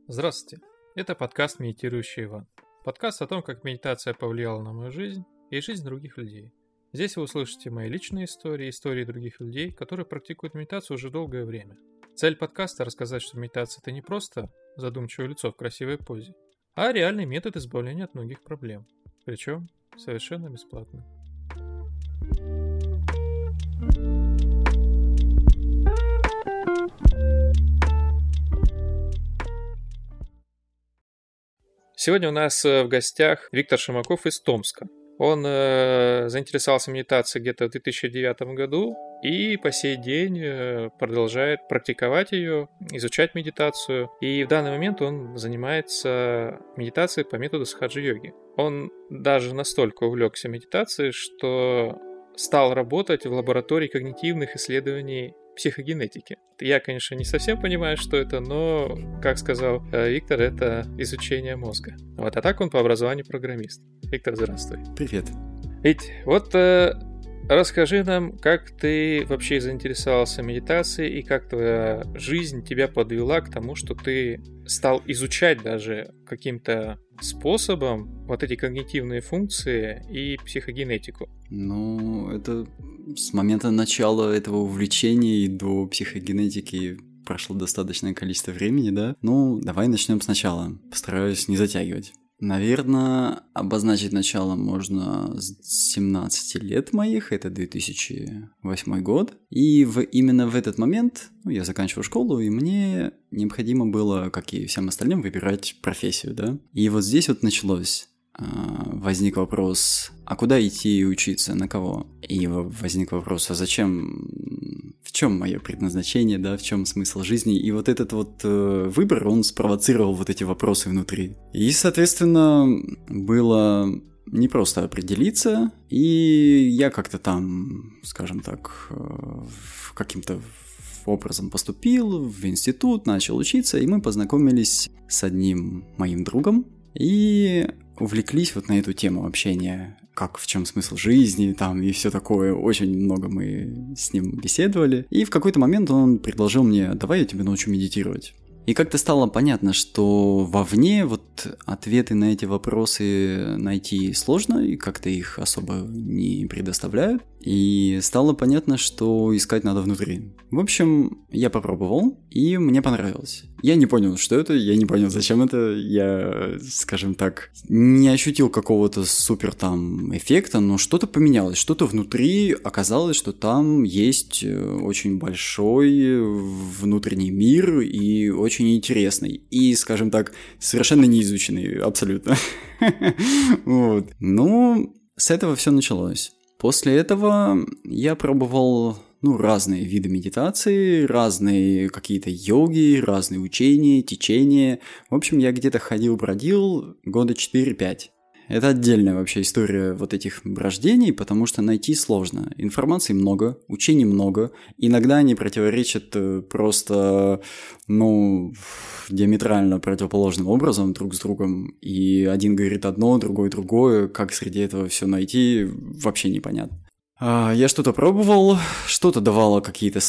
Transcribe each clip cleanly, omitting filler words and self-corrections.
Здравствуйте, это подкаст «Медитирующий Иван». Подкаст о том, как медитация повлияла на мою жизнь и жизнь других людей. Здесь вы услышите мои личные истории, истории других людей, которые практикуют медитацию уже долгое время. Цель подкаста – рассказать, что медитация – это не просто задумчивое лицо в красивой позе, а реальный метод избавления от многих проблем, причем совершенно бесплатно. Сегодня у нас в гостях Виктор Шимаков из Томска. Он заинтересовался медитацией где-то в 2009 году и по сей день продолжает практиковать ее, изучать медитацию. И в данный момент он занимается медитацией по методу сахаджи-йоги. Он даже настолько увлекся медитацией, что стал работать в лаборатории когнитивных исследований психогенетики. Я, конечно, не совсем понимаю, что это, но, как сказал Виктор, это изучение мозга. А так он по образованию программист. Виктор, здравствуй. Привет. Вить, расскажи нам, как ты вообще заинтересовался медитацией и как твоя жизнь тебя подвела к тому, что ты стал изучать даже каким-то способом вот эти когнитивные функции и психогенетику. Это с момента начала этого увлечения и до психогенетики прошло достаточное количество времени, да? Давай начнем сначала. Постараюсь не затягивать. Наверное, обозначить начало можно с 17 лет моих, это 2008 год. И именно в этот момент я заканчивал школу, и мне необходимо было, как и всем остальным, выбирать профессию, да? И вот здесь вот началось. Возник вопрос, а куда идти учиться, на кого? И возник вопрос, а зачем, в чем мое предназначение, да, в чем смысл жизни? И вот этот вот выбор, он спровоцировал вот эти вопросы внутри. И, соответственно, было не просто определиться, и я как-то там, скажем так, каким-то образом поступил в институт, начал учиться, и мы познакомились с одним моим другом, и увлеклись вот на эту тему общения, как в чем смысл жизни, там и все такое. Очень много мы с ним беседовали. И в какой-то момент он предложил мне: давай я тебя научу медитировать. И как-то стало понятно, что вовне вот ответы на эти вопросы найти сложно, и как-то их особо не предоставляют. И стало понятно, что искать надо внутри. В общем, я попробовал, и мне понравилось. Я не понял, что это, я не понял, зачем это. Я, скажем так, не ощутил какого-то супер там эффекта, но что-то поменялось, что-то внутри оказалось, что там есть очень большой внутренний мир и очень интересный. И, скажем так, совершенно неизученный, абсолютно. Вот. С этого все началось. После этого я пробовал, разные виды медитации, разные какие-то йоги, разные учения, течения. В общем, я где-то ходил-бродил года 4-5. Это отдельная вообще история вот этих брождений, потому что найти сложно. Информации много, учений много. Иногда они противоречат просто, диаметрально противоположным образом друг с другом. И один говорит одно, другой другое. Как среди этого все найти, вообще непонятно. Я что-то пробовал, что-то давало какие-то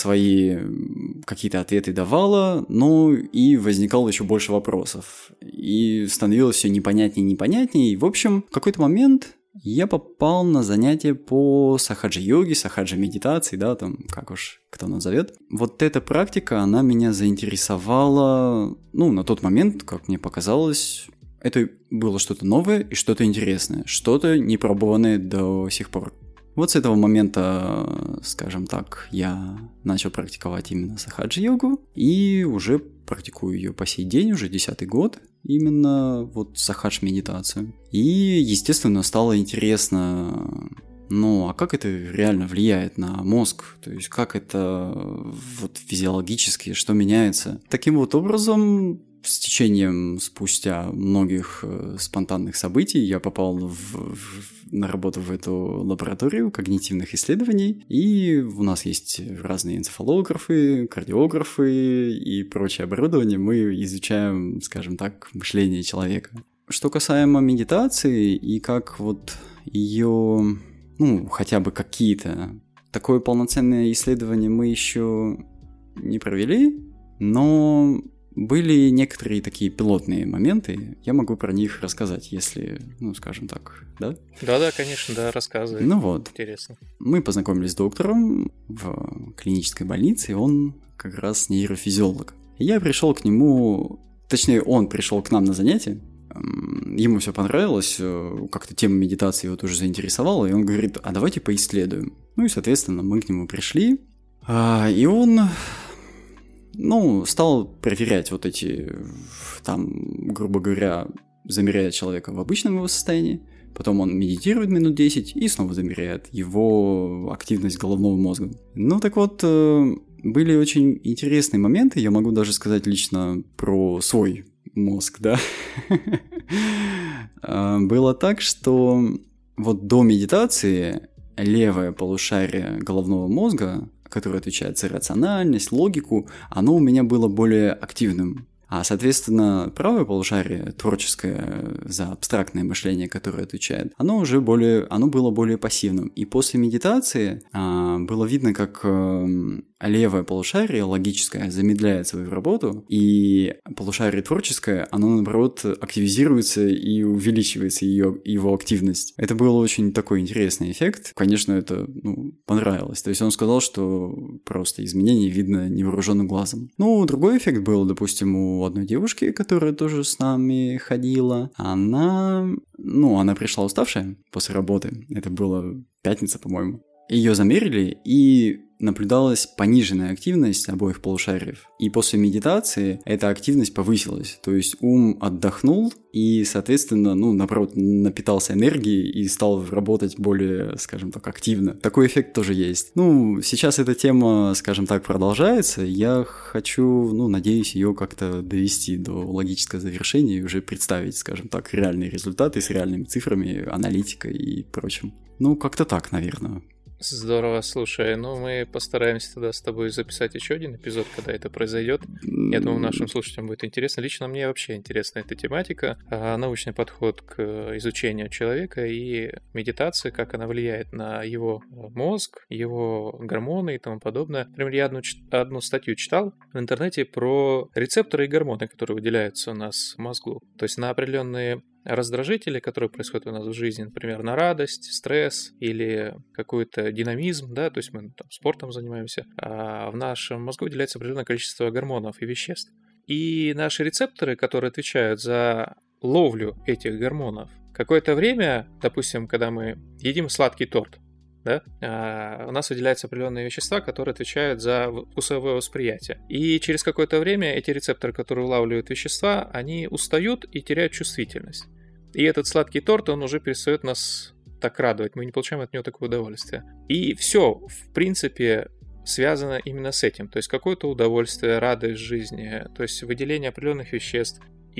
ответы давало, и возникало еще больше вопросов. И становилось все непонятнее. И, в общем, в какой-то момент я попал на занятие по сахаджи-йоге, сахаджи-медитации, да, там, как уж кто назовет. Вот эта практика, она меня заинтересовала, на тот момент, как мне показалось, это было что-то новое и что-то интересное, что-то непробованное до сих пор. Вот с этого момента, скажем так, я начал практиковать именно сахаджи-йогу и уже практикую ее по сей день, уже 10-й год, именно вот сахадж-медитацию. И, естественно, стало интересно, а как это реально влияет на мозг? То есть как это вот физиологически, что меняется? Таким вот образом, с течением спустя многих спонтанных событий я попал на работу в эту лабораторию когнитивных исследований, и у нас есть разные энцефалографы, кардиографы и прочее оборудование. Мы изучаем, скажем так, мышление человека. Что касаемо медитации и как вот ее, хотя бы какие-то, такое полноценное исследование мы еще не провели, но были некоторые такие пилотные моменты, я могу про них рассказать, если, скажем так, да? Да, конечно, да, рассказывай. Интересно. Мы познакомились с доктором в клинической больнице, и он как раз нейрофизиолог. Я пришел к нему, точнее, он пришел к нам на занятия, ему все понравилось, как-то тема медитации его тоже заинтересовала, и он говорит, а давайте поисследуем. И, соответственно, мы к нему пришли, и он... стал проверять вот эти, грубо говоря, замеряет человека в обычном его состоянии, потом он медитирует минут 10 и снова замеряет его активность головного мозга. Так вот, были очень интересные моменты, я могу даже сказать лично про свой мозг, да. Было так, что вот до медитации левое полушарие головного мозга, которое отвечает за рациональность, логику, оно у меня было более активным. А, соответственно, правое полушарие, творческое, за абстрактное мышление, которое отвечает, оно было более пассивным. И после медитации было видно, как левое полушарие, логическое, замедляет свою работу, и полушарие творческое, оно, наоборот, активизируется и увеличивается его активность. Это был очень такой интересный эффект. Конечно, это понравилось. То есть он сказал, что просто изменения видно невооруженным глазом. Другой эффект был, допустим, у одной девушки, которая тоже с нами ходила. Она пришла уставшая после работы. Это была пятница, по-моему. Ее замерили, и наблюдалась пониженная активность обоих полушариев. И после медитации эта активность повысилась. То есть ум отдохнул и, соответственно, наоборот, напитался энергией и стал работать более, скажем так, активно. Такой эффект тоже есть. Сейчас эта тема, скажем так, продолжается. Я хочу, надеюсь, ее как-то довести до логического завершения и уже представить, скажем так, реальные результаты с реальными цифрами, аналитикой и прочим. Как-то так, наверное. Здорово, слушай, мы постараемся тогда с тобой записать еще один эпизод, когда это произойдет. Я думаю, нашим слушателям будет интересно. Лично мне вообще интересна эта тематика, научный подход к изучению человека и медитация, как она влияет на его мозг, его гормоны и тому подобное. Например, я одну статью читал в интернете про рецепторы и гормоны, которые выделяются у нас в мозгу. То есть на определенные раздражители, которые происходят у нас в жизни, например, на радость, стресс или какой-то динамизм, да, то есть мы спортом занимаемся, а в нашем мозгу выделяется определенное количество гормонов и веществ. И наши рецепторы, которые отвечают за ловлю этих гормонов, какое-то время, допустим, когда мы едим сладкий торт, да, у нас выделяются определенные вещества, которые отвечают за вкусовое восприятие. И через какое-то время эти рецепторы, которые улавливают вещества, они устают и теряют чувствительность. И этот сладкий торт, он уже перестает нас так радовать, мы не получаем от него такое удовольствие. И все, в принципе, связано именно с этим. То есть какое-то удовольствие, радость жизни, то есть выделение определенных веществ.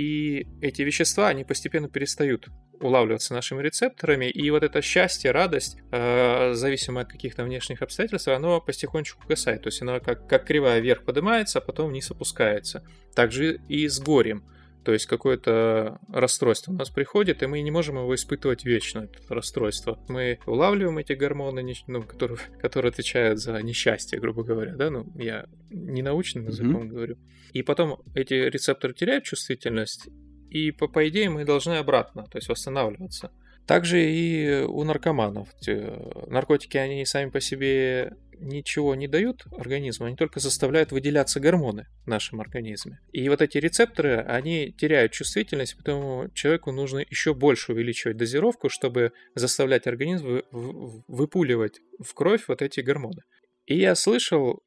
И эти вещества, они постепенно перестают улавливаться нашими рецепторами, и вот это счастье, радость, зависимо от каких-то внешних обстоятельств, оно потихонечку угасает. То есть оно как кривая вверх поднимается, а потом вниз опускается. Также и с горем. То есть какое-то расстройство у нас приходит, и мы не можем его испытывать вечно, это расстройство. Мы улавливаем эти гормоны, которые отвечают за несчастье, грубо говоря, да, я не научным языком говорю. И потом эти рецепторы теряют чувствительность, и по идее мы должны обратно, то есть восстанавливаться. Также и у наркоманов. Наркотики, они сами по себе ничего не дают организму, они только заставляют выделяться гормоны в нашем организме. И вот эти рецепторы, они теряют чувствительность, поэтому человеку нужно еще больше увеличивать дозировку, чтобы заставлять организм выпуливать в кровь вот эти гормоны. И я слышал,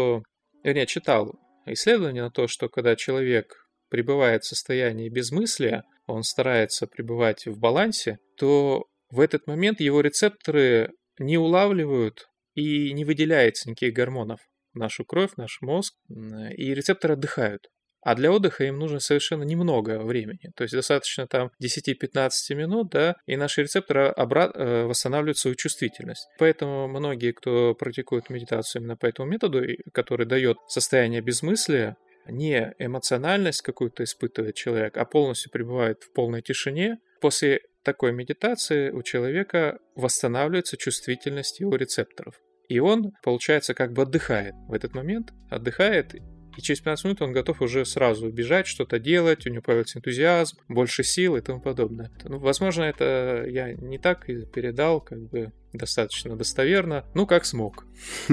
читал исследование на то, что когда человек пребывает в состоянии безмыслия, он старается пребывать в балансе, то в этот момент его рецепторы не улавливают и не выделяется никаких гормонов в нашу кровь, в наш мозг, и рецепторы отдыхают. А для отдыха им нужно совершенно немного времени. То есть достаточно 10-15 минут, да, и наши рецепторы восстанавливают свою чувствительность. Поэтому многие, кто практикует медитацию именно по этому методу, который дает состояние безмыслия, не эмоциональность какую-то испытывает человек, а полностью пребывает в полной тишине. После такой медитации у человека восстанавливается чувствительность его рецепторов. И он, получается, как бы отдыхает в этот момент, отдыхает и через 15 минут он готов уже сразу бежать, что-то делать, у него появится энтузиазм, больше сил и тому подобное. Ну, возможно, это я не так и передал, как бы достаточно достоверно, ну, как смог.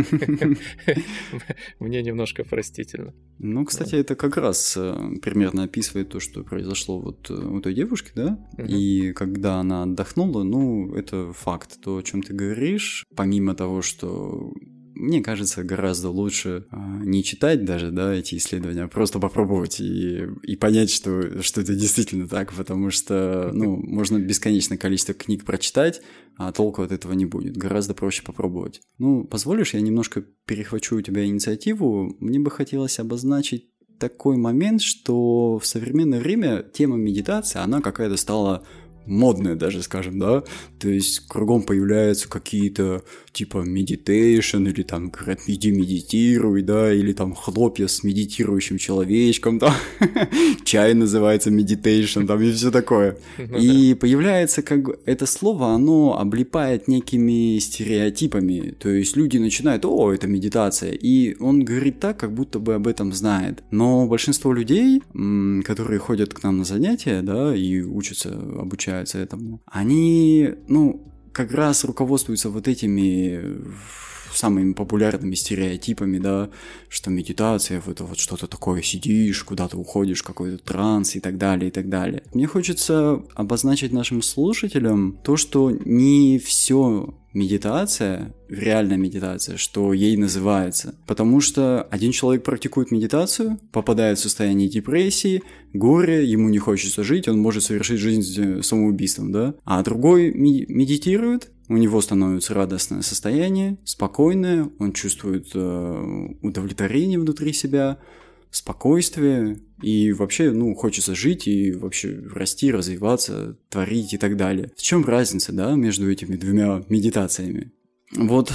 Мне немножко простительно. Ну, кстати, это как раз примерно описывает то, что произошло вот у той девушки, да? И когда она отдохнула, ну, это факт. То, о чем ты говоришь, помимо того, что мне кажется, гораздо лучше не читать даже, да, эти исследования, а просто попробовать и понять, что это действительно так, потому что, ну, можно бесконечное количество книг прочитать, а толку от этого не будет. Гораздо проще попробовать. Ну, позволишь, я немножко перехвачу у тебя инициативу. Мне бы хотелось обозначить такой момент, что в современное время тема медитации, она какая-то стала модная даже, скажем, да, то есть кругом появляются какие-то типа meditation, или там говорят, иди медитируй, да, или там хлопья с медитирующим человечком, да, чай называется meditation, там и все такое. И появляется как бы это слово, оно облипает некими стереотипами, то есть люди начинают, о, это медитация, и он говорит так, как будто бы об этом знает. Но большинство людей, которые ходят к нам на занятия, да, и учатся, обучаются этому, они, ну, как раз руководствуются вот этими самыми популярными стереотипами, да, что медитация, это вот что-то такое, сидишь, куда-то уходишь, какой-то транс и так далее, и так далее. Мне хочется обозначить нашим слушателям то, что не все медитация, реальная медитация, что ей называется. Потому что один человек практикует медитацию, попадает в состояние депрессии, горя, ему не хочется жить, он может совершить жизнь самоубийством, да? А другой медитирует, у него становится радостное состояние, спокойное, он чувствует удовлетворение внутри себя, спокойствие, и вообще, ну, хочется жить и вообще расти, развиваться, творить и так далее. В чем разница, да, между этими двумя медитациями? Вот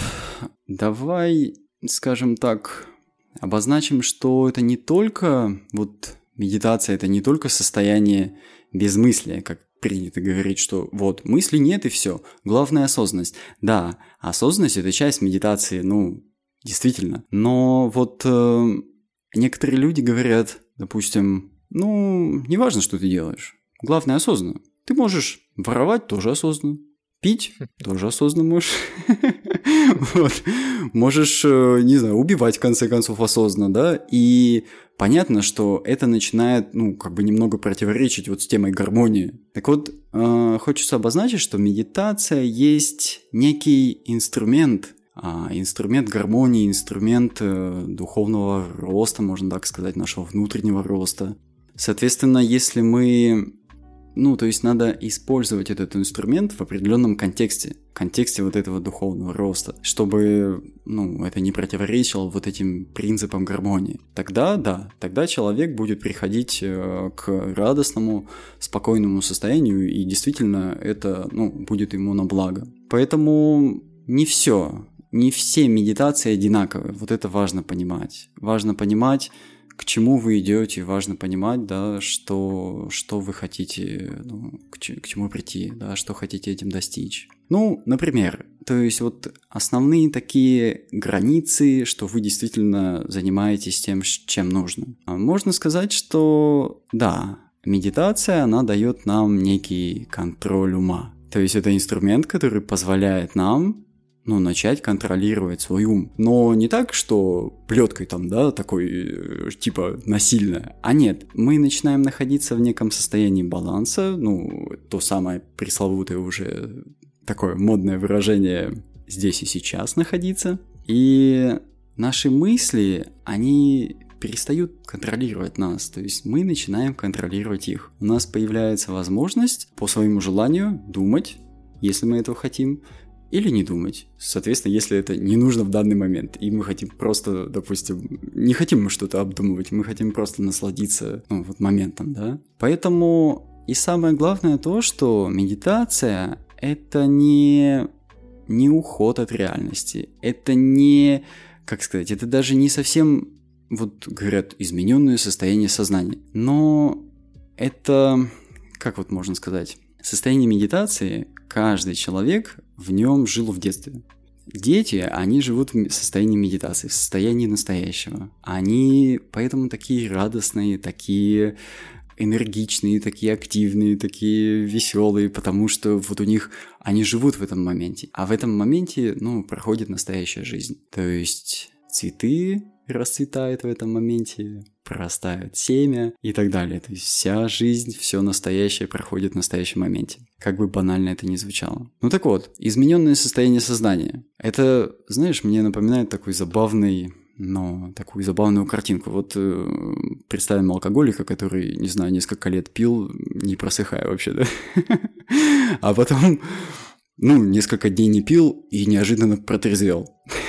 давай, скажем так, обозначим, что это не только, вот медитация, это не только состояние безмыслия, как принято говорить, что вот мысли нет и все, главное осознанность. Да, осознанность – это часть медитации, ну, действительно. Но вот некоторые люди говорят, допустим, ну, неважно, что ты делаешь, главное осознанно. Ты можешь воровать тоже осознанно, пить тоже осознанно можешь. Можешь, не знаю, убивать в конце концов осознанно, да, и понятно, что это начинает, ну, как бы немного противоречить вот с темой гармонии. Так вот, хочется обозначить, что медитация есть некий инструмент гармонии, инструмент духовного роста, можно так сказать, нашего внутреннего роста. Соответственно, если мы... Ну, то есть надо использовать этот инструмент в определенном контексте вот этого духовного роста, чтобы, ну, это не противоречило вот этим принципам гармонии. Тогда, да, тогда человек будет приходить к радостному, спокойному состоянию, и действительно это, ну, будет ему на благо. Поэтому не все медитации одинаковые, вот это важно понимать. Важно понимать, к чему вы идете, важно понимать, да, что вы хотите, ну, к чему прийти, да, что хотите этим достичь. Ну, например, то есть вот основные такие границы, что вы действительно занимаетесь тем, чем нужно. Можно сказать, что да, медитация, она дает нам некий контроль ума. То есть это инструмент, который позволяет нам, ну, начать контролировать свой ум. Но не так, что плеткой там, да, такой, типа, насильно. А нет, мы начинаем находиться в неком состоянии баланса, ну, то самое пресловутое уже такое модное выражение «здесь и сейчас» находиться. И наши мысли, они перестают контролировать нас, то есть мы начинаем контролировать их. У нас появляется возможность по своему желанию думать, если мы этого хотим, или не думать. Соответственно, если это не нужно в данный момент, и мы хотим просто, допустим, не хотим мы что-то обдумывать, мы хотим просто насладиться, ну, вот моментом, да. Поэтому и самое главное то, что медитация – это не уход от реальности, это не, как сказать, это даже не совсем, вот говорят, измененное состояние сознания, но это, как вот можно сказать, состояние медитации каждый человек в нем жил в детстве. дети, они живут в состоянии медитации, в состоянии настоящего. Они поэтому такие радостные, такие энергичные, такие активные, такие веселые, потому что вот у них они живут в этом моменте. А в этом моменте, проходит настоящая жизнь. То есть цветы расцветают в этом моменте, прорастают семя и так далее. То есть вся жизнь, все настоящее проходит в настоящем моменте. Как бы банально это ни звучало. Так вот, измененное состояние сознания. Это, знаешь, мне напоминает такую забавную картинку. Вот представим алкоголика, который, не знаю, несколько лет пил, не просыхая вообще, да? А потом, несколько дней не пил и неожиданно протрезвел.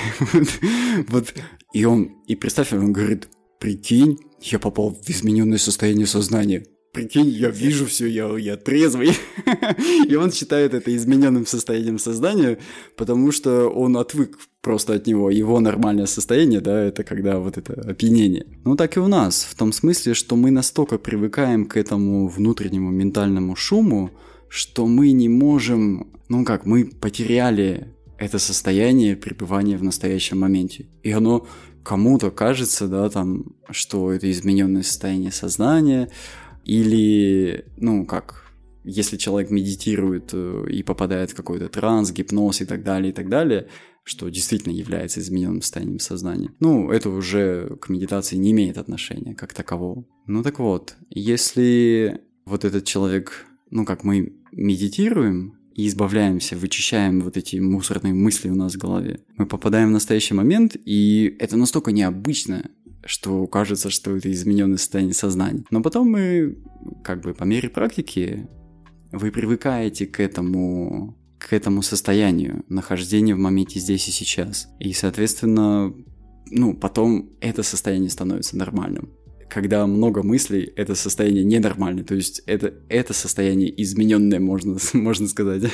И представь, он говорит: прикинь, я попал в измененное состояние сознания. Прикинь, я вижу все, я трезвый. И он считает это измененным состоянием сознания, потому что он отвык просто от него. Его нормальное состояние, да, это когда вот это опьянение. Так и у нас, в том смысле, что мы настолько привыкаем к этому внутреннему ментальному шуму, что мы не можем, мы потеряли это состояние пребывания в настоящем моменте. И оно кому-то кажется, да, что это измененное состояние сознания, или, если человек медитирует и попадает в какой-то транс, гипноз и так далее, что действительно является измененным состоянием сознания. Это уже к медитации не имеет отношения как такового. Так вот, если вот этот человек, мы медитируем и избавляемся, вычищаем вот эти мусорные мысли у нас в голове, мы попадаем в настоящий момент, и это настолько необычно, что кажется, что это измененное состояние сознания. Но потом мы, по мере практики, вы привыкаете к этому состоянию нахождения в моменте здесь и сейчас. И, соответственно, потом это состояние становится нормальным. Когда много мыслей, это состояние ненормальное. То есть это состояние измененное, можно сказать.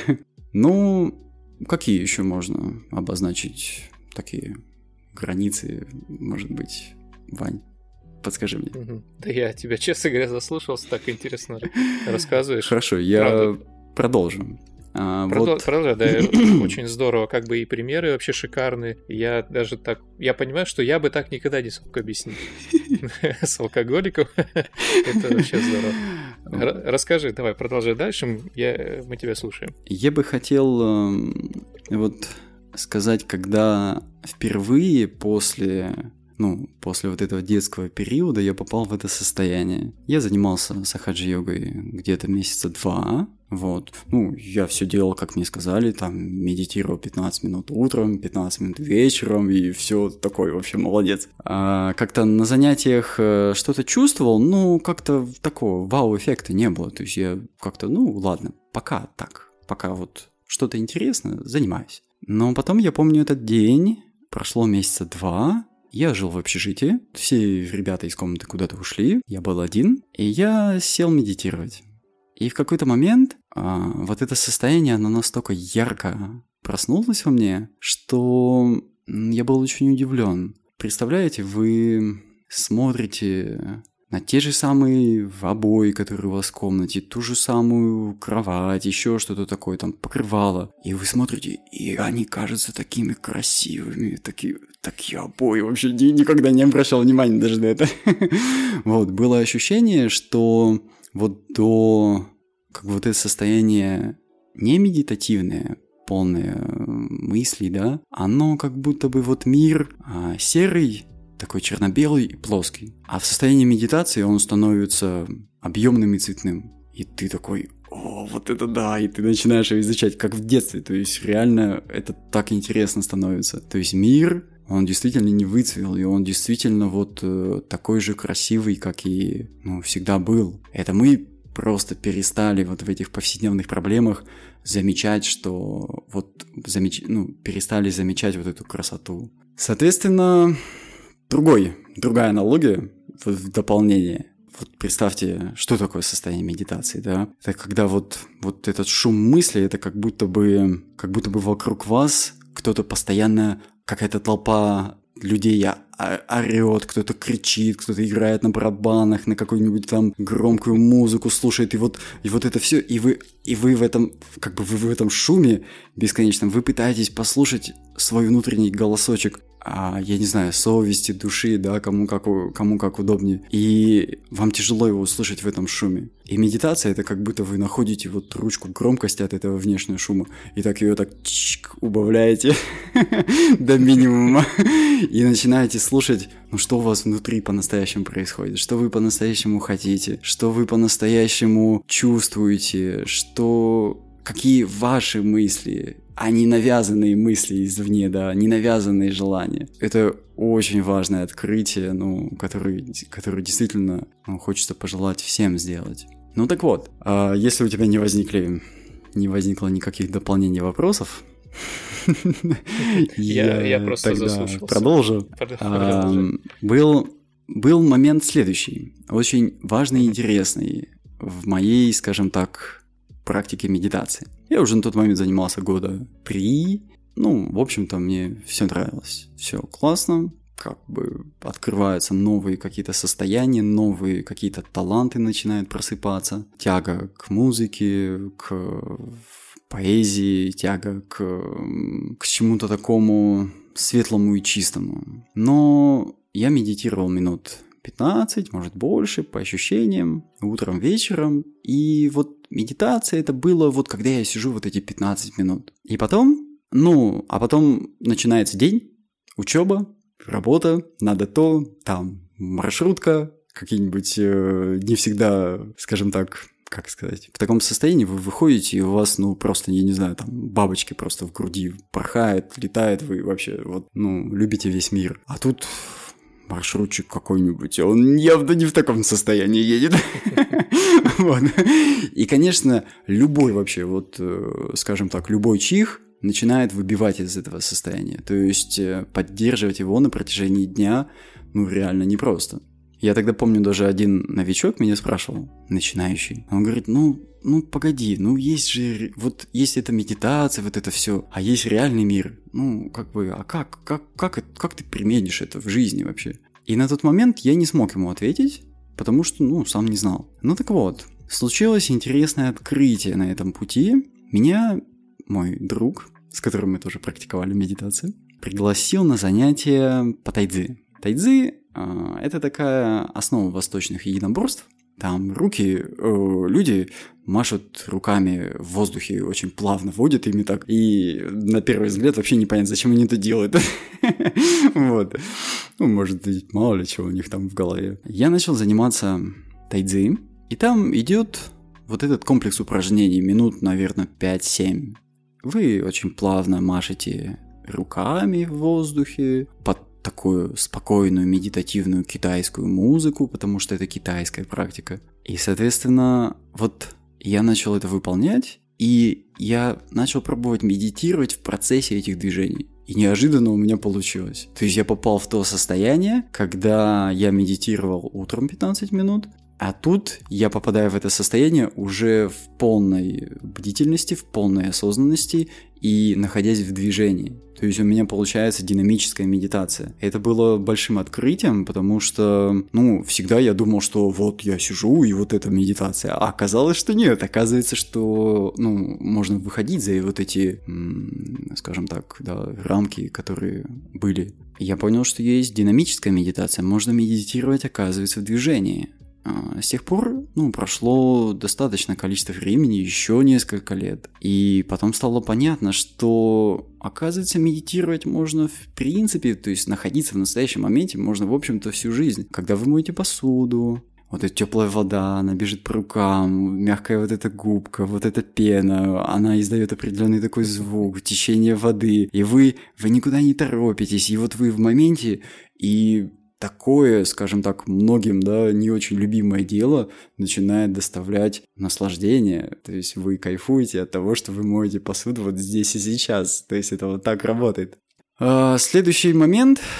Какие еще можно обозначить такие границы, может быть, Вань? Подскажи мне. Да я тебя, честно говоря, заслушался, так интересно рассказываешь. Хорошо, я продолжу. Продолжай, да, очень здорово, и примеры вообще шикарные. Я понимаю, что я бы так никогда не смог объяснить с алкоголиком. Это вообще здорово. Расскажи, давай, продолжай дальше, мы тебя слушаем. Я бы хотел сказать, когда впервые после вот этого детского периода я попал в это состояние. Я занимался сахаджи-йогой где-то месяца 2. Я все делал, как мне сказали, медитировал 15 минут утром, 15 минут вечером, и все такой вообще молодец. А как-то на занятиях что-то чувствовал, как-то такого вау-эффекта не было. То есть я как-то, ладно, пока вот что-то интересное, занимаюсь. Но потом я помню этот день, прошло месяца 2, я жил в общежитии, все ребята из комнаты куда-то ушли, я был один, и я сел медитировать. И в какой-то момент вот это состояние, оно настолько ярко проснулось во мне, что я был очень удивлен. Представляете, вы смотрите на те же самые обои, которые у вас в комнате, ту же самую кровать, еще что-то такое, покрывало. И вы смотрите, и они кажутся такими красивыми, такие обои. Вообще никогда не обращал внимания даже на это. Было ощущение, что это состояние не медитативное, полное мыслей, да, оно как будто бы мир серый, такой черно-белый и плоский. А в состоянии медитации он становится объемным и цветным. И ты такой: о, вот это да, и ты начинаешь его изучать, как в детстве. То есть реально это так интересно становится. То есть мир, он действительно не выцвел, и он действительно такой же красивый, как и всегда был. Это мы просто перестали в этих повседневных проблемах замечать, что перестали замечать эту красоту. Соответственно, другая аналогия в дополнение. Представьте, что такое состояние медитации, да? Это когда этот шум мысли, это как будто бы вокруг вас кто-то постоянно, какая-то толпа людей орёт, кто-то кричит, кто-то играет на барабанах, на какую-нибудь там громкую музыку слушает, и вот это все, и вы в этом, как бы вы в этом шуме бесконечном, вы пытаетесь послушать свой внутренний голосочек, я не знаю, совести, души, да, кому как удобнее. И вам тяжело его услышать в этом шуме. И медитация — это как будто вы находите вот ручку громкости от этого внешнего шума, и так ее так убавляете до минимума, и начинаете слушать, что у вас внутри по-настоящему происходит, что вы по-настоящему хотите, что вы по-настоящему чувствуете, какие ваши мысли, а не навязанные мысли извне, да, не навязанные желания. Это очень важное открытие, которое действительно хочется пожелать всем сделать. Ну так вот, если у тебя не возникло никаких дополнений вопросов, я просто заслушался. Продолжу. Был момент следующий, очень важный и интересный в моей, скажем так, практике медитации. Я уже на тот момент занимался года 3. В общем-то, мне все нравилось. Все классно. Как бы открываются новые какие-то состояния, новые какие-то таланты начинают просыпаться. Тяга к музыке, к поэзии, тяга к чему-то такому светлому и чистому. Но я медитировал минут 15, может больше, по ощущениям, утром, вечером. И вот медитация это было вот когда я сижу вот эти 15 минут. И потом, потом начинается день, учеба, работа, надо там маршрутка, какие-нибудь не всегда, скажем так, как сказать, в таком состоянии вы выходите, и у вас, просто, я не знаю, там бабочки просто в груди порхают, летают, вы вообще любите весь мир. А тут маршрутчик какой-нибудь, он явно не в таком состоянии едет. И, конечно, любой вообще, скажем так, любой чих начинает выбивать из этого состояния. То есть поддерживать его на протяжении дня, реально непросто. Я тогда помню, даже один новичок меня спрашивал, начинающий. Он говорит, погоди, есть эта медитация, вот это все, а есть реальный мир. Как ты применишь это в жизни вообще? И на тот момент я не смог ему ответить, потому что, сам не знал. Так вот, случилось интересное открытие на этом пути. Меня мой друг, с которым мы тоже практиковали медитацию, пригласил на занятия по тайцзи. Тайцзи – это такая основа восточных единоборств. Там люди машут руками в воздухе, очень плавно водят ими так. И на первый взгляд вообще непонятно, зачем они это делают. Вот. Может быть, мало ли чего у них там в голове. Я начал заниматься тайцзи, и там идет вот этот комплекс упражнений, минут, наверное, 5-7. Вы очень плавно машете руками в воздухе под такую спокойную медитативную китайскую музыку, потому что это китайская практика. И, соответственно, я начал это выполнять, и я начал пробовать медитировать в процессе этих движений. И неожиданно у меня получилось. То есть я попал в то состояние, когда я медитировал утром 15 минут, а тут я попадаю в это состояние уже в полной бдительности, в полной осознанности и находясь в движении. То есть у меня получается динамическая медитация. Это было большим открытием, потому что, всегда я думал, что я сижу и вот эта медитация. А оказалось, что нет. Оказывается, что, можно выходить за вот эти, скажем так, рамки, которые были. Я понял, что есть динамическая медитация. Можно медитировать, оказывается, в движении. С тех пор, прошло достаточное количество времени, еще несколько лет. И потом стало понятно, что, оказывается, медитировать можно в принципе, то есть находиться в настоящем моменте можно, в общем-то, всю жизнь. Когда вы моете посуду, вот эта теплая вода, она бежит по рукам, мягкая вот эта губка, вот эта пена, она издает определенный такой звук, течение воды, и вы никуда не торопитесь, и вот вы в моменте, и такое, скажем так, многим, не очень любимое дело начинает доставлять наслаждение. То есть вы кайфуете от того, что вы моете посуду вот здесь и сейчас. То есть это вот так работает. Следующий момент,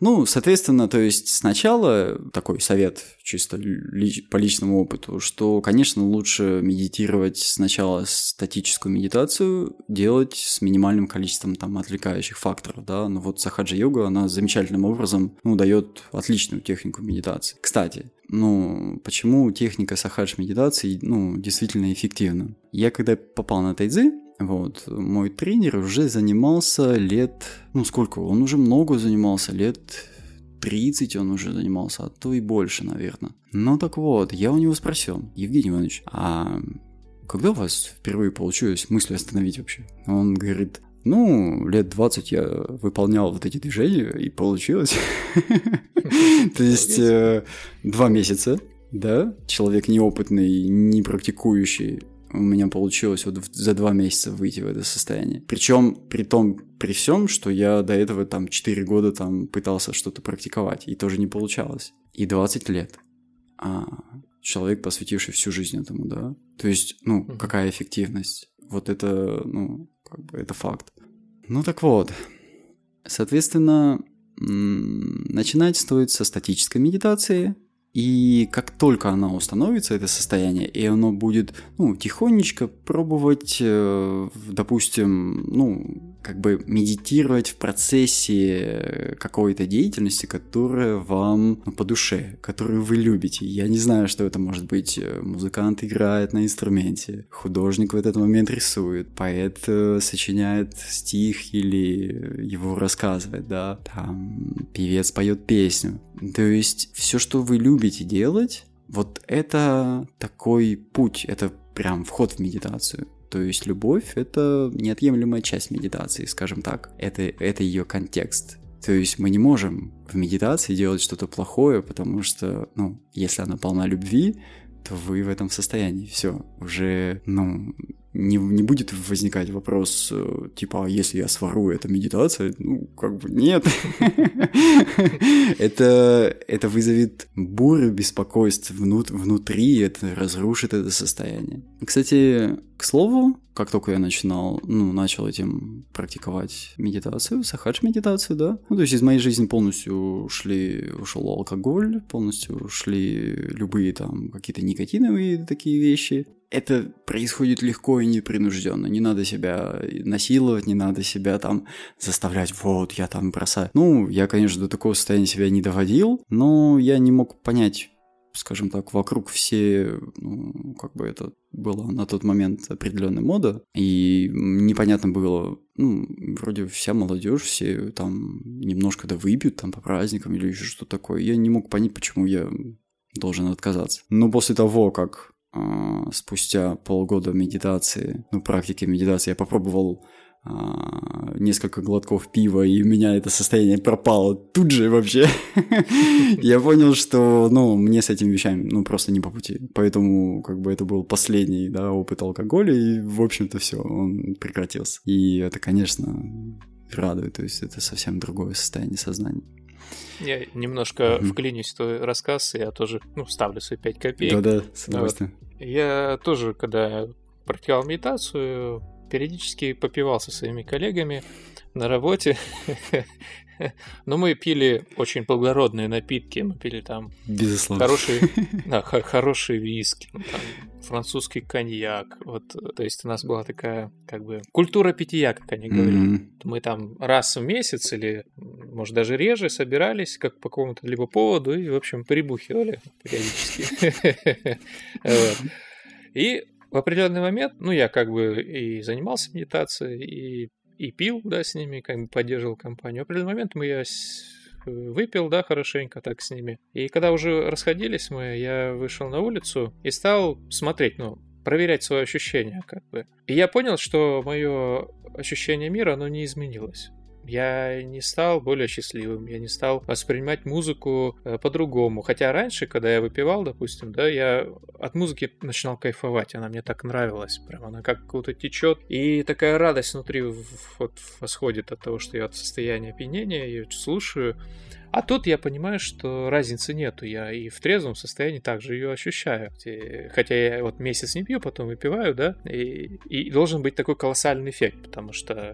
Ну, соответственно, то есть сначала такой совет чисто по личному опыту, что, конечно, лучше медитировать сначала статическую медитацию, делать с минимальным количеством там отвлекающих факторов, да, но вот сахаджа-йога, она замечательным образом, дает отличную технику медитации. Кстати, почему техника сахадж-медитации, действительно эффективна? Я когда попал на тайцзи, мой тренер уже занимался лет, сколько? Он уже много занимался, лет 30 он уже занимался, а то и больше, наверное. Так вот, я у него спросил: Евгений Иванович, а когда у вас впервые получилось мысли остановить вообще? Он говорит: лет 20 я выполнял вот эти движения, и получилось. То есть 2 месяца, да, человек неопытный, не практикующий, у меня получилось вот за 2 месяца выйти в это состояние. Причем при всем, что я до этого 4 года пытался что-то практиковать, и тоже не получалось. И 20 лет. Человек, посвятивший всю жизнь этому, да. То есть, какая эффективность? Вот это, это факт. Так вот, соответственно, начинать стоит со статической медитации. И как только она установится, это состояние, и оно будет, тихонечко пробовать, допустим, медитировать в процессе какой-то деятельности, которая вам по душе, которую вы любите. Я не знаю, что это может быть. Музыкант играет на инструменте, художник в этот момент рисует, поэт сочиняет стих или его рассказывает, да, певец поет песню. То есть все, что вы любите делать, вот это такой путь, это прям вход в медитацию. То есть любовь — это неотъемлемая часть медитации, скажем так. Это ее контекст. То есть мы не можем в медитации делать что-то плохое, потому что, если она полна любви, то вы в этом состоянии. Все, уже, не будет возникать вопрос, типа, а если я свару, это медитация? Нет. Это вызовет бурю беспокойств внутри, это разрушит это состояние. Кстати, к слову, как только я начал этим практиковать медитацию, сахадж-медитацию, да, то есть из моей жизни полностью ушел алкоголь, полностью ушли любые какие-то никотиновые такие вещи. Это происходит легко и непринужденно. Не надо себя насиловать, не надо себя заставлять, я бросаю. Я, конечно, до такого состояния себя не доводил, но я не мог понять, скажем так, вокруг все, это была на тот момент определенная мода, и непонятно было, вроде вся молодежь, все немножко выпьют по праздникам или еще что-то такое. Я не мог понять, почему я должен отказаться. Но после того, как спустя полгода медитации, практики медитации, я попробовал несколько глотков пива, и у меня это состояние пропало тут же вообще. Я понял, что, мне с этими вещами, просто не по пути. Поэтому, это был последний, опыт алкоголя, и, в общем-то, все, он прекратился. И это, конечно, радует, то есть это совсем другое состояние сознания. Я немножко вклинюсь в твой рассказ, я тоже, ставлю свои 5 копеек. Да-да, с удовольствием. Я тоже, когда практиковал медитацию, периодически попивал со своими коллегами на работе. Но мы пили очень благородные напитки. Мы пили безусловно, хорошие виски, французский коньяк. То есть у нас была такая, культура питья, как они говорят. Мы раз в месяц или, может, даже реже собирались как по какому-то либо поводу и, в общем, прибухивали периодически. И в определенный момент, я и занимался медитацией, и пил, с ними, поддерживал компанию. В определенный момент я выпил, хорошенько так с ними. И когда уже расходились я вышел на улицу и стал смотреть, проверять свои ощущения, И я понял, что мое ощущение мира, оно не изменилось. Я не стал более счастливым, я не стал воспринимать музыку по-другому. Хотя раньше, когда я выпивал, допустим, я от музыки начинал кайфовать, она мне так нравилась, прям она как будто течет. И такая радость внутри восходит от того, что я в состоянии опьянения, я слушаю. А тут я понимаю, что разницы нету, я и в трезвом состоянии также ее ощущаю. Хотя я месяц не пью, потом выпиваю, и должен быть такой колоссальный эффект, потому что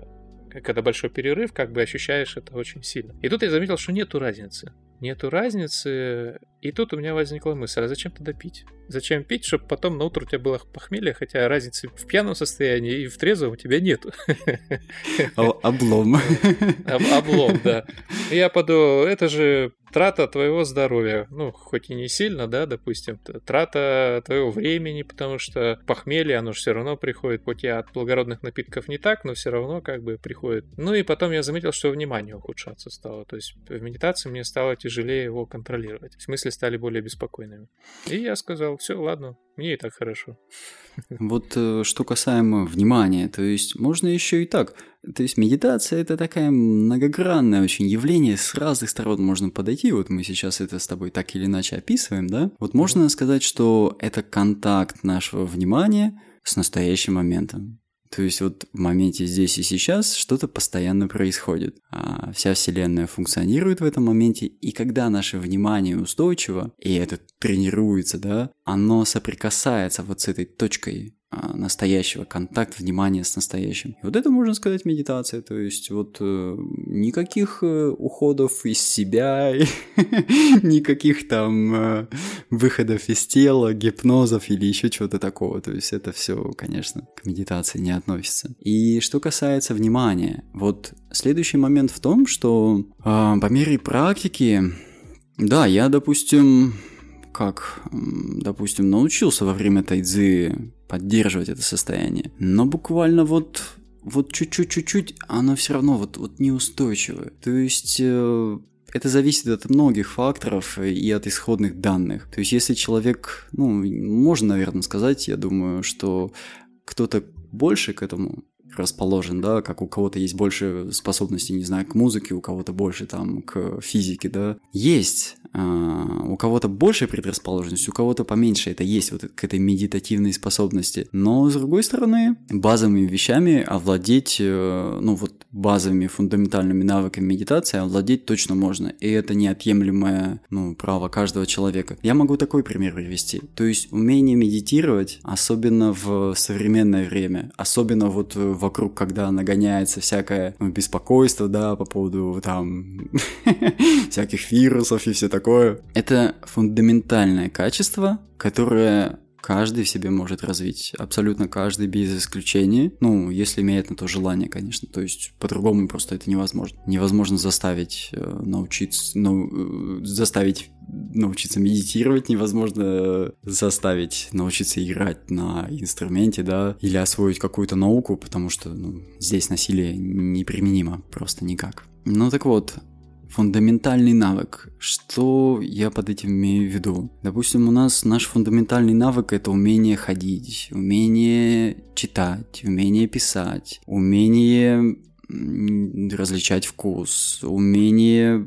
когда большой перерыв, как бы ощущаешь это очень сильно. И тут я заметил, что нету разницы. Нету разницы, и тут у меня возникла мысль, а зачем тогда пить? Зачем пить, чтобы потом на утро у тебя было похмелье, хотя разницы в пьяном состоянии и в трезвом у тебя нету. Облом. Облом, да. Я подумал, это же трата твоего здоровья. Ну, хоть и не сильно, да, допустим, трата твоего времени, потому что похмелье, оно же все равно приходит, хоть и от благородных напитков не так, но все равно как бы приходит. Ну и потом я заметил, что внимание ухудшаться стало. То есть в медитации мне стало тяжелее его контролировать. Мысли стали более беспокойными. И я сказал, все, ладно, мне и так хорошо. Вот что касаемо внимания, то есть можно еще и так. То есть медитация — это такая многогранное очень явление, с разных сторон можно подойти. Вот мы сейчас это с тобой так или иначе описываем, да? Вот можно сказать, что это контакт нашего внимания с настоящим моментом. То есть вот в моменте здесь и сейчас что-то постоянно происходит. Вся Вселенная функционирует в этом моменте, и когда наше внимание устойчиво, и это тренируется, да, оно соприкасается вот с этой точкой настоящего, контакт внимания с настоящим. И вот это, можно сказать, медитация. То есть вот никаких уходов из себя, никаких там выходов из тела, гипнозов или еще чего-то такого. То есть это все, конечно, к медитации не относится. И что касается внимания, вот следующий момент в том, что по мере практики, да, я, допустим, научился во время тайцзи поддерживать это состояние. Но буквально вот чуть-чуть оно все равно вот неустойчивое. То есть это зависит от многих факторов и от исходных данных. То есть если человек, можно, наверное, сказать, я думаю, что кто-то больше к этому расположен, да, как у кого-то есть больше способностей, не знаю, к музыке, у кого-то больше там к физике, да. Есть у кого-то большая предрасположенность, у кого-то поменьше, это есть вот к этой медитативной способности. Но, с другой стороны, базовыми вещами овладеть, базовыми фундаментальными навыками медитации овладеть точно можно. И это неотъемлемое, право каждого человека. Я могу такой пример привести. То есть умение медитировать, особенно в современное время, особенно вот вокруг, когда нагоняется всякое беспокойство, да, по поводу там всяких вирусов и все такое. Это фундаментальное качество, которое каждый в себе может развить. Абсолютно каждый, без исключения. Если имеет на то желание, конечно. То есть по-другому просто это невозможно. Невозможно заставить научиться медитировать, невозможно заставить научиться играть на инструменте, да, или освоить какую-то науку, потому что здесь насилие неприменимо просто никак. Так вот, фундаментальный навык. Что я под этим имею в виду? Допустим, у нас наш фундаментальный навык — это умение ходить, умение читать, умение писать, умение различать вкус, умение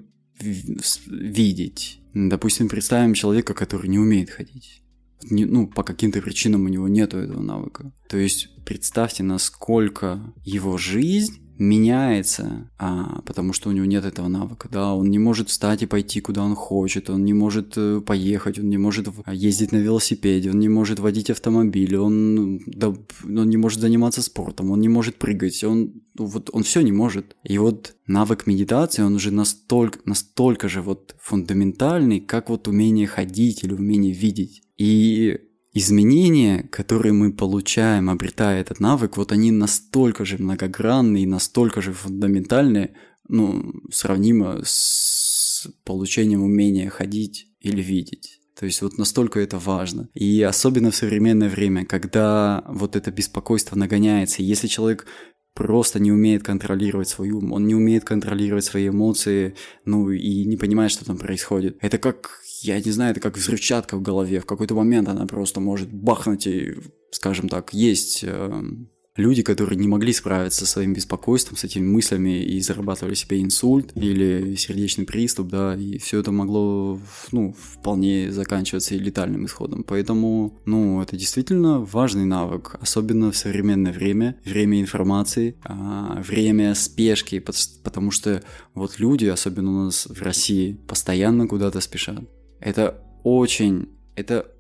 видеть. Допустим, представим человека, который не умеет ходить. По каким-то причинам у него нету этого навыка. То есть представьте, насколько его жизнь меняется, потому что у него нет этого навыка, да, он не может встать и пойти куда он хочет, он не может поехать, он не может ездить на велосипеде, он не может водить автомобиль, он не может заниматься спортом, он не может прыгать, он все не может. И вот навык медитации, он уже настолько же фундаментальный, как умение ходить или умение видеть. И изменения, которые мы получаем, обретая этот навык, они настолько же многогранные, настолько же фундаментальные, сравнимо с получением умения ходить или видеть. То есть настолько это важно. И особенно в современное время, когда это беспокойство нагоняется, если человек просто не умеет контролировать свой ум, он не умеет контролировать свои эмоции, и не понимает, что там происходит. Это как, я не знаю, это как взрывчатка в голове. В какой-то момент она просто может бахнуть, и, скажем так, есть люди, которые не могли справиться со своим беспокойством, с этими мыслями и зарабатывали себе инсульт или сердечный приступ, да, и все это могло, вполне заканчиваться и летальным исходом. Поэтому, это действительно важный навык, особенно в современное время информации, время спешки, потому что люди, особенно у нас в России, постоянно куда-то спешат. Это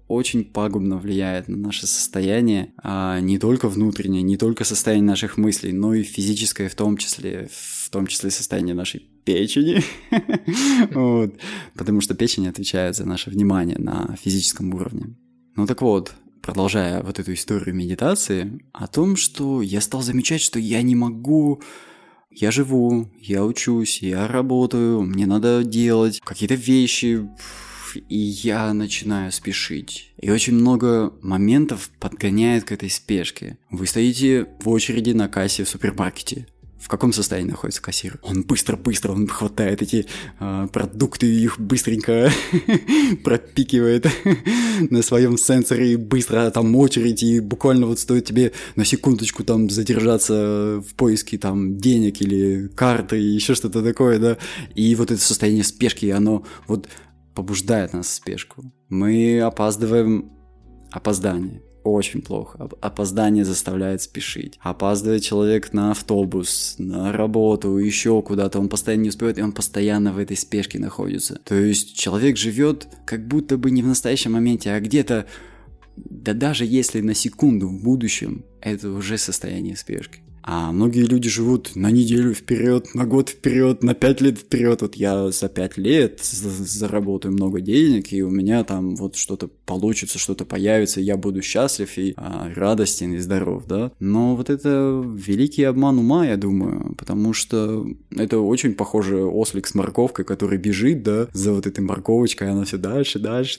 очень пагубно влияет на наше состояние, не только внутреннее, не только состояние наших мыслей, но и физическое в том числе состояние нашей печени. Вот. Потому что печень отвечает за наше внимание на физическом уровне. Ну так вот, продолжая вот эту историю медитации, о том, что я стал замечать, что я не могу... Я живу, я учусь, я работаю, мне надо делать какие-то вещи, и я начинаю спешить. И очень много моментов подгоняет к этой спешке. Вы стоите в очереди на кассе в супермаркете. В каком состоянии находится кассир? Он быстро-быстро, он хватает эти продукты, их быстренько пропикивает на своем сенсоре, и быстро там очередь, и буквально вот стоит тебе на секундочку там задержаться в поиске там денег или карты, и еще что-то такое, да. И вот это состояние спешки, оно вот побуждает нас в спешку. Мы опаздываем, опоздание. Очень плохо. Опоздание заставляет спешить. Опаздывает человек на автобус, на работу, еще куда-то. Он постоянно не успевает, и он постоянно в этой спешке находится. То есть человек живет как будто бы не в настоящем моменте, а где-то, да даже если на секунду в будущем, это уже состояние спешки. А многие люди живут на неделю вперед, на год вперед, на 5 лет вперед. Вот я за 5 лет заработаю много денег, и у меня там вот что-то получится, что-то появится, и я буду счастлив и радостен и здоров, да. Но вот это великий обман ума, я думаю, потому что это очень похоже ослик с морковкой, который бежит, да, за вот этой морковочкой, она все дальше.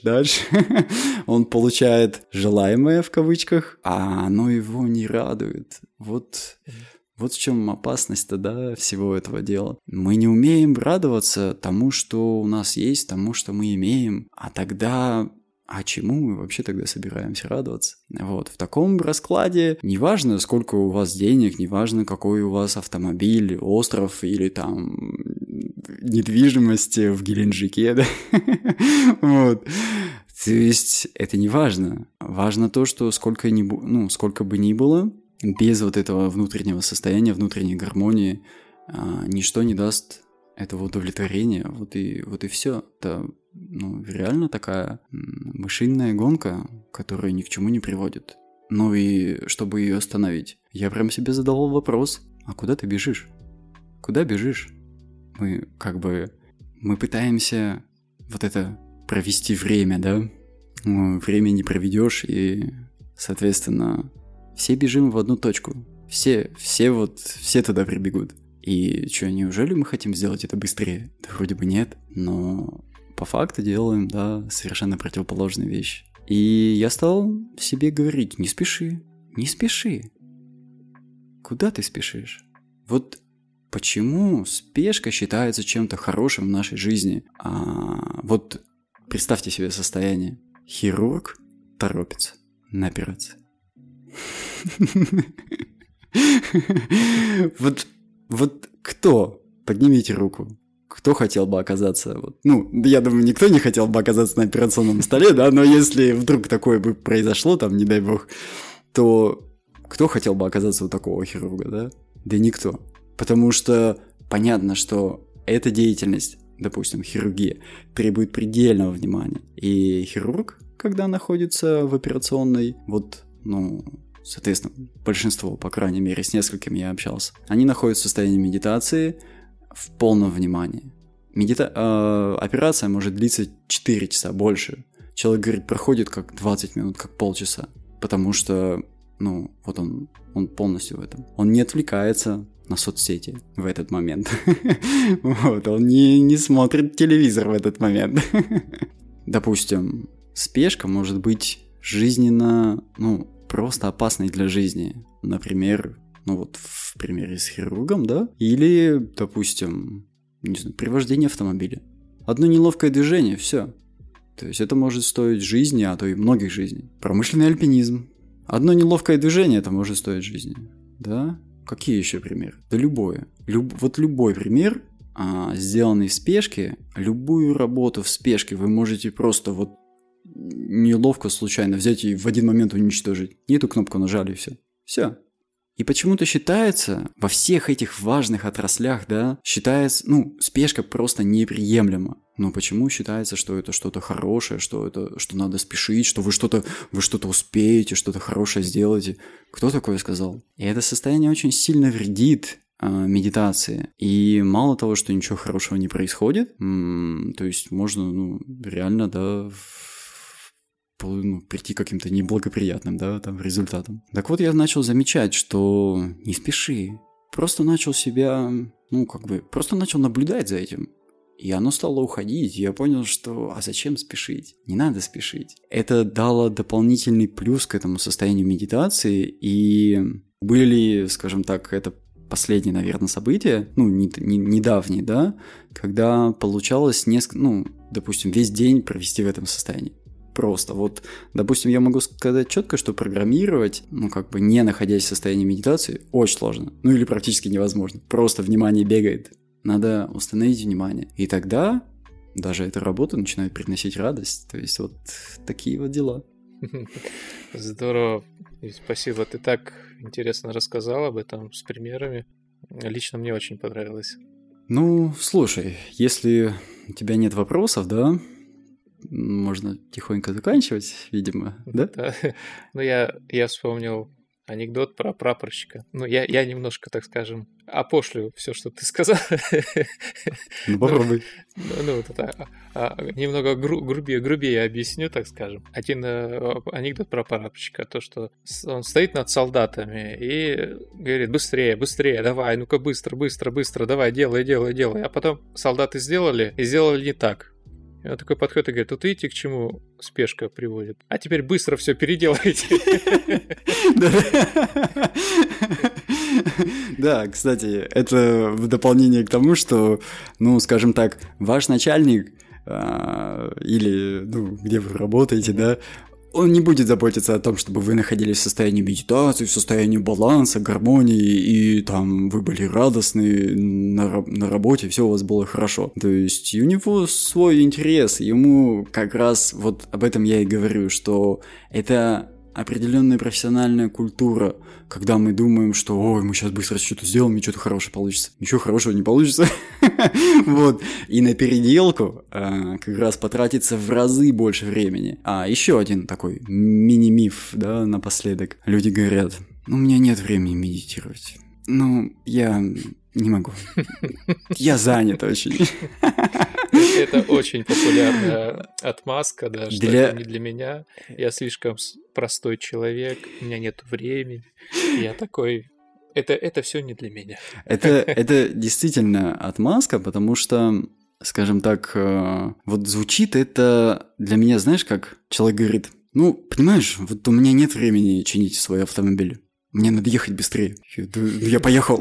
Он получает желаемое в кавычках, а оно его не радует. Вот в чем опасность-то, да, всего этого дела. Мы не умеем радоваться тому, что у нас есть, тому, что мы имеем. А тогда... А чему мы вообще тогда собираемся радоваться? Вот, в таком раскладе неважно, сколько у вас денег, неважно, какой у вас автомобиль, остров или там недвижимость в Геленджике, да? Вот. То есть это не важно. Важно то, что сколько бы ни было, без вот этого внутреннего состояния, внутренней гармонии, ничто не даст этого удовлетворения. Вот и все. Это реально такая мышиная гонка, которая ни к чему не приводит. Ну и чтобы ее остановить, я прям себе задавал вопрос: а куда ты бежишь? Куда бежишь? Мы пытаемся вот это провести время, да? Время не проведешь, и, соответственно, все бежим в одну точку. Все туда прибегут. И что, неужели мы хотим сделать это быстрее? Да вроде бы нет, но по факту делаем, да, совершенно противоположные вещи. И я стал себе говорить: не спеши. Куда ты спешишь? Вот почему спешка считается чем-то хорошим в нашей жизни? Вот представьте себе состояние. Хирург торопится на операцию. Вот кто? Поднимите руку. Кто хотел бы оказаться... я думаю, никто не хотел бы оказаться на операционном столе, да, но если вдруг такое бы произошло, там, не дай бог, то кто хотел бы оказаться у такого хирурга, да? Да никто. Потому что понятно, что эта деятельность, допустим, хирургия, требует предельного внимания. И хирург, когда находится в операционной, соответственно, большинство, по крайней мере, с несколькими я общался, они находятся в состоянии медитации в полном внимании. Операция может длиться 4 часа, больше. Человек говорит, проходит как 20 минут, как полчаса, потому что, он полностью в этом. Он не отвлекается на соцсети в этот момент. Он не смотрит телевизор в этот момент. Допустим, спешка может быть жизненно, просто опасной для жизни. Например, в примере с хирургом, да? Или, допустим, при вождении автомобиля. Одно неловкое движение, все. То есть это может стоить жизни, а то и многих жизней. Промышленный альпинизм. Одно неловкое движение это может стоить жизни. Да? Какие еще примеры? Да любое. Любой пример, сделанный в спешке, любую работу в спешке вы можете просто неловко случайно взять и в один момент уничтожить. Не эту кнопку нажали, и все. Все. И почему-то считается, во всех этих важных отраслях, да, спешка просто неприемлема. Но почему считается, что это что-то хорошее, что надо спешить, что вы что-то успеете, что-то хорошее сделаете? Кто такое сказал? И это состояние очень сильно вредит медитации. И мало того, что ничего хорошего не происходит, то есть можно, реально, да, прийти к каким-то неблагоприятным, да, там, результатам. Так вот, я начал замечать, что не спеши. Просто начал себя, просто начал наблюдать за этим. И оно стало уходить, и я понял, что а зачем спешить? Не надо спешить. Это дало дополнительный плюс к этому состоянию медитации, и были, скажем так, это последние, наверное, события, недавние, да, когда получалось допустим, весь день провести в этом состоянии. Просто допустим, я могу сказать четко, что программировать, не находясь в состоянии медитации, очень сложно. Или практически невозможно. Просто внимание бегает. Надо установить внимание. И тогда даже эта работа начинает приносить радость. То есть такие дела. Здорово. И спасибо. Ты так интересно рассказал об этом с примерами. Лично мне очень понравилось. Слушай, если у тебя нет вопросов, да, можно тихонько заканчивать, видимо, да? Да. Я вспомнил анекдот про прапорщика. Я немножко, так скажем, опошлю все, что ты сказал. Попробуй. Немного грубее объясню, так скажем. Один анекдот про прапорщика, то, что он стоит над солдатами и говорит: быстрее, быстрее, давай, ну-ка, быстро, давай, делай. А потом солдаты сделали не так. И он такой подходит и говорит: тут видите, к чему спешка приводит? А теперь быстро все переделайте. Да, кстати, это в дополнение к тому, что, скажем так, ваш начальник или, где вы работаете, да, он не будет заботиться о том, чтобы вы находились в состоянии медитации, в состоянии баланса, гармонии, и там вы были радостны на работе, все у вас было хорошо. То есть у него свой интерес, ему как раз об этом я и говорю, что это определенная профессиональная культура, когда мы думаем, что мы сейчас быстро что-то сделаем, и что-то хорошее получится. Ничего хорошего не получится. И на переделку как раз потратится в разы больше времени. А еще один такой мини-миф, да, напоследок. Люди говорят: у меня нет времени медитировать. Я не могу. Я занят очень. Это очень популярная отмазка, да, что это не для меня. Я слишком простой человек, у меня нет времени. Я такой... Это все не для меня. Это действительно отмазка, потому что, скажем так, звучит это для меня, знаешь, как человек говорит: понимаешь, у меня нет времени чинить свой автомобиль. Мне надо ехать быстрее. Я поехал.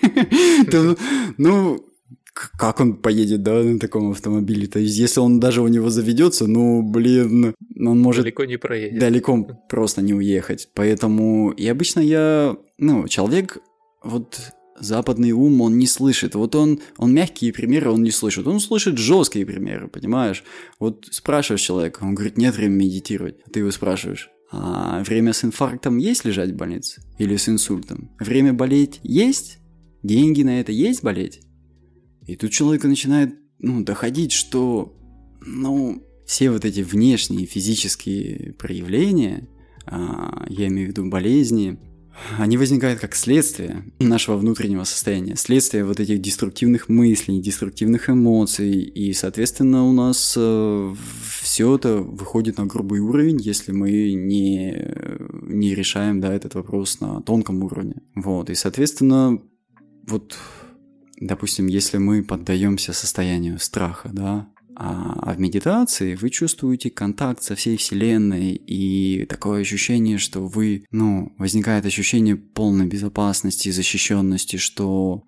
Как он поедет, да, на таком автомобиле? То есть, если он даже у него заведется, он может... Далеко не проедет. Далеко просто не уехать. Поэтому, и обычно человек, западный ум, он не слышит. Он мягкие примеры, он не слышит. Он слышит жесткие примеры, понимаешь? Спрашиваешь человека, он говорит: нет времени медитировать. А ты его спрашиваешь: а время с инфарктом есть лежать в больнице? Или с инсультом? Время болеть есть? Деньги на это есть болеть? И тут человек начинает, доходить, что, все эти внешние физические проявления, я имею в виду болезни, они возникают как следствие нашего внутреннего состояния, следствие этих деструктивных мыслей, деструктивных эмоций, и, соответственно, у нас все это выходит на грубый уровень, если мы не решаем, да, этот вопрос на тонком уровне. И, соответственно, допустим, если мы поддаемся состоянию страха, да, а в медитации вы чувствуете контакт со всей Вселенной, и такое ощущение, что возникает ощущение полной безопасности, защищенности, что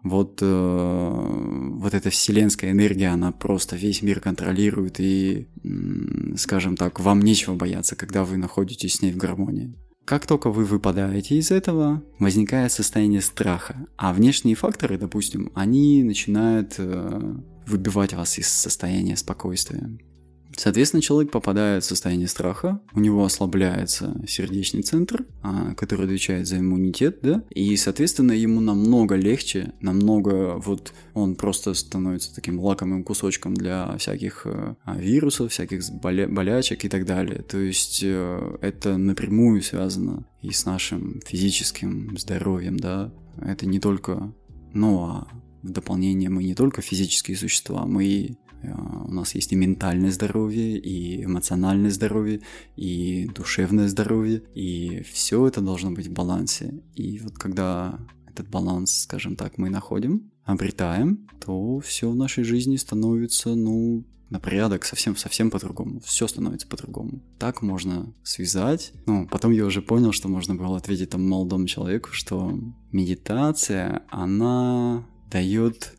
эта вселенская энергия, она просто весь мир контролирует, и, скажем так, вам нечего бояться, когда вы находитесь с ней в гармонии. Как только вы выпадаете из этого, возникает состояние страха, а внешние факторы, допустим, они начинают выбивать вас из состояния спокойствия. Соответственно, человек попадает в состояние страха, у него ослабляется сердечный центр, который отвечает за иммунитет, да, и, соответственно, ему намного легче, вот он просто становится таким лакомым кусочком для всяких вирусов, всяких болячек и так далее. То есть это напрямую связано и с нашим физическим здоровьем, да. Это не только, в дополнение мы не только физические существа, у нас есть и ментальное здоровье, и эмоциональное здоровье, и душевное здоровье, и все это должно быть в балансе. И вот когда этот баланс, скажем так, мы находим, обретаем, то все в нашей жизни становится, на порядок совсем по-другому. Все становится по-другому. Так можно связать. Потом я уже понял, что можно было ответить тому молодому человеку, что медитация, она дает,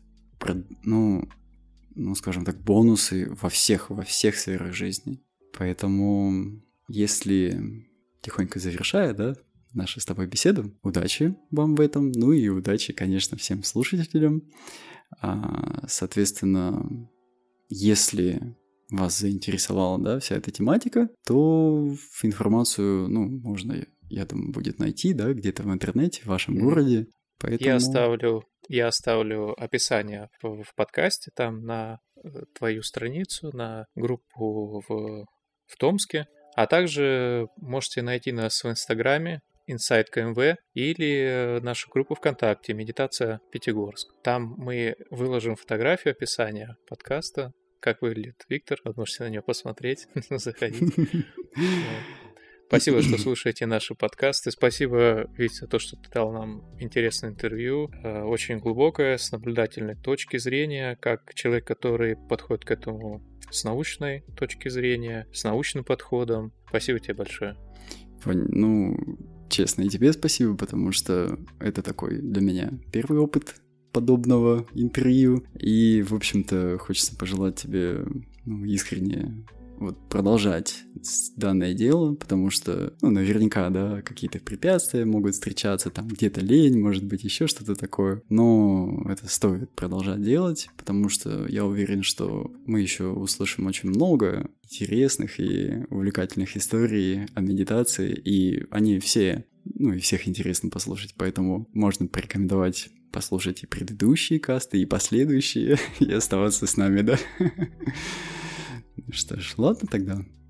скажем так, бонусы во всех сферах жизни. Поэтому, если тихонько завершая, да, нашу с тобой беседу, удачи вам в этом, и удачи, конечно, всем слушателям. Соответственно, если вас заинтересовала, да, вся эта тематика, то информацию, можно, я думаю, будет найти, да, где-то в интернете, в вашем городе. Поэтому... Я оставлю описание в подкасте, там на твою страницу, на группу в Томске, а также можете найти нас в Инстаграме Inside КМВ или нашу группу ВКонтакте «Медитация Пятигорск». Там мы выложим фотографию описания подкаста, как выглядит Виктор, вы можете на него посмотреть, заходить. Спасибо, что слушаете наши подкасты. Спасибо, Витя, за то, что ты дал нам интересное интервью. Очень глубокое, с наблюдательной точки зрения, как человек, который подходит к этому с научной точки зрения, с научным подходом. Спасибо тебе большое. Честно, и тебе спасибо, потому что это такой для меня первый опыт подобного интервью. И, в общем-то, хочется пожелать тебе искренне продолжать данное дело, потому что, наверняка, да, какие-то препятствия могут встречаться, там где-то лень, может быть, еще что-то такое, но это стоит продолжать делать, потому что я уверен, что мы еще услышим очень много интересных и увлекательных историй о медитации, и они все, и всех интересно послушать, поэтому можно порекомендовать послушать и предыдущие касты, и последующие, и оставаться с нами, да? Что ж, ладно тогда.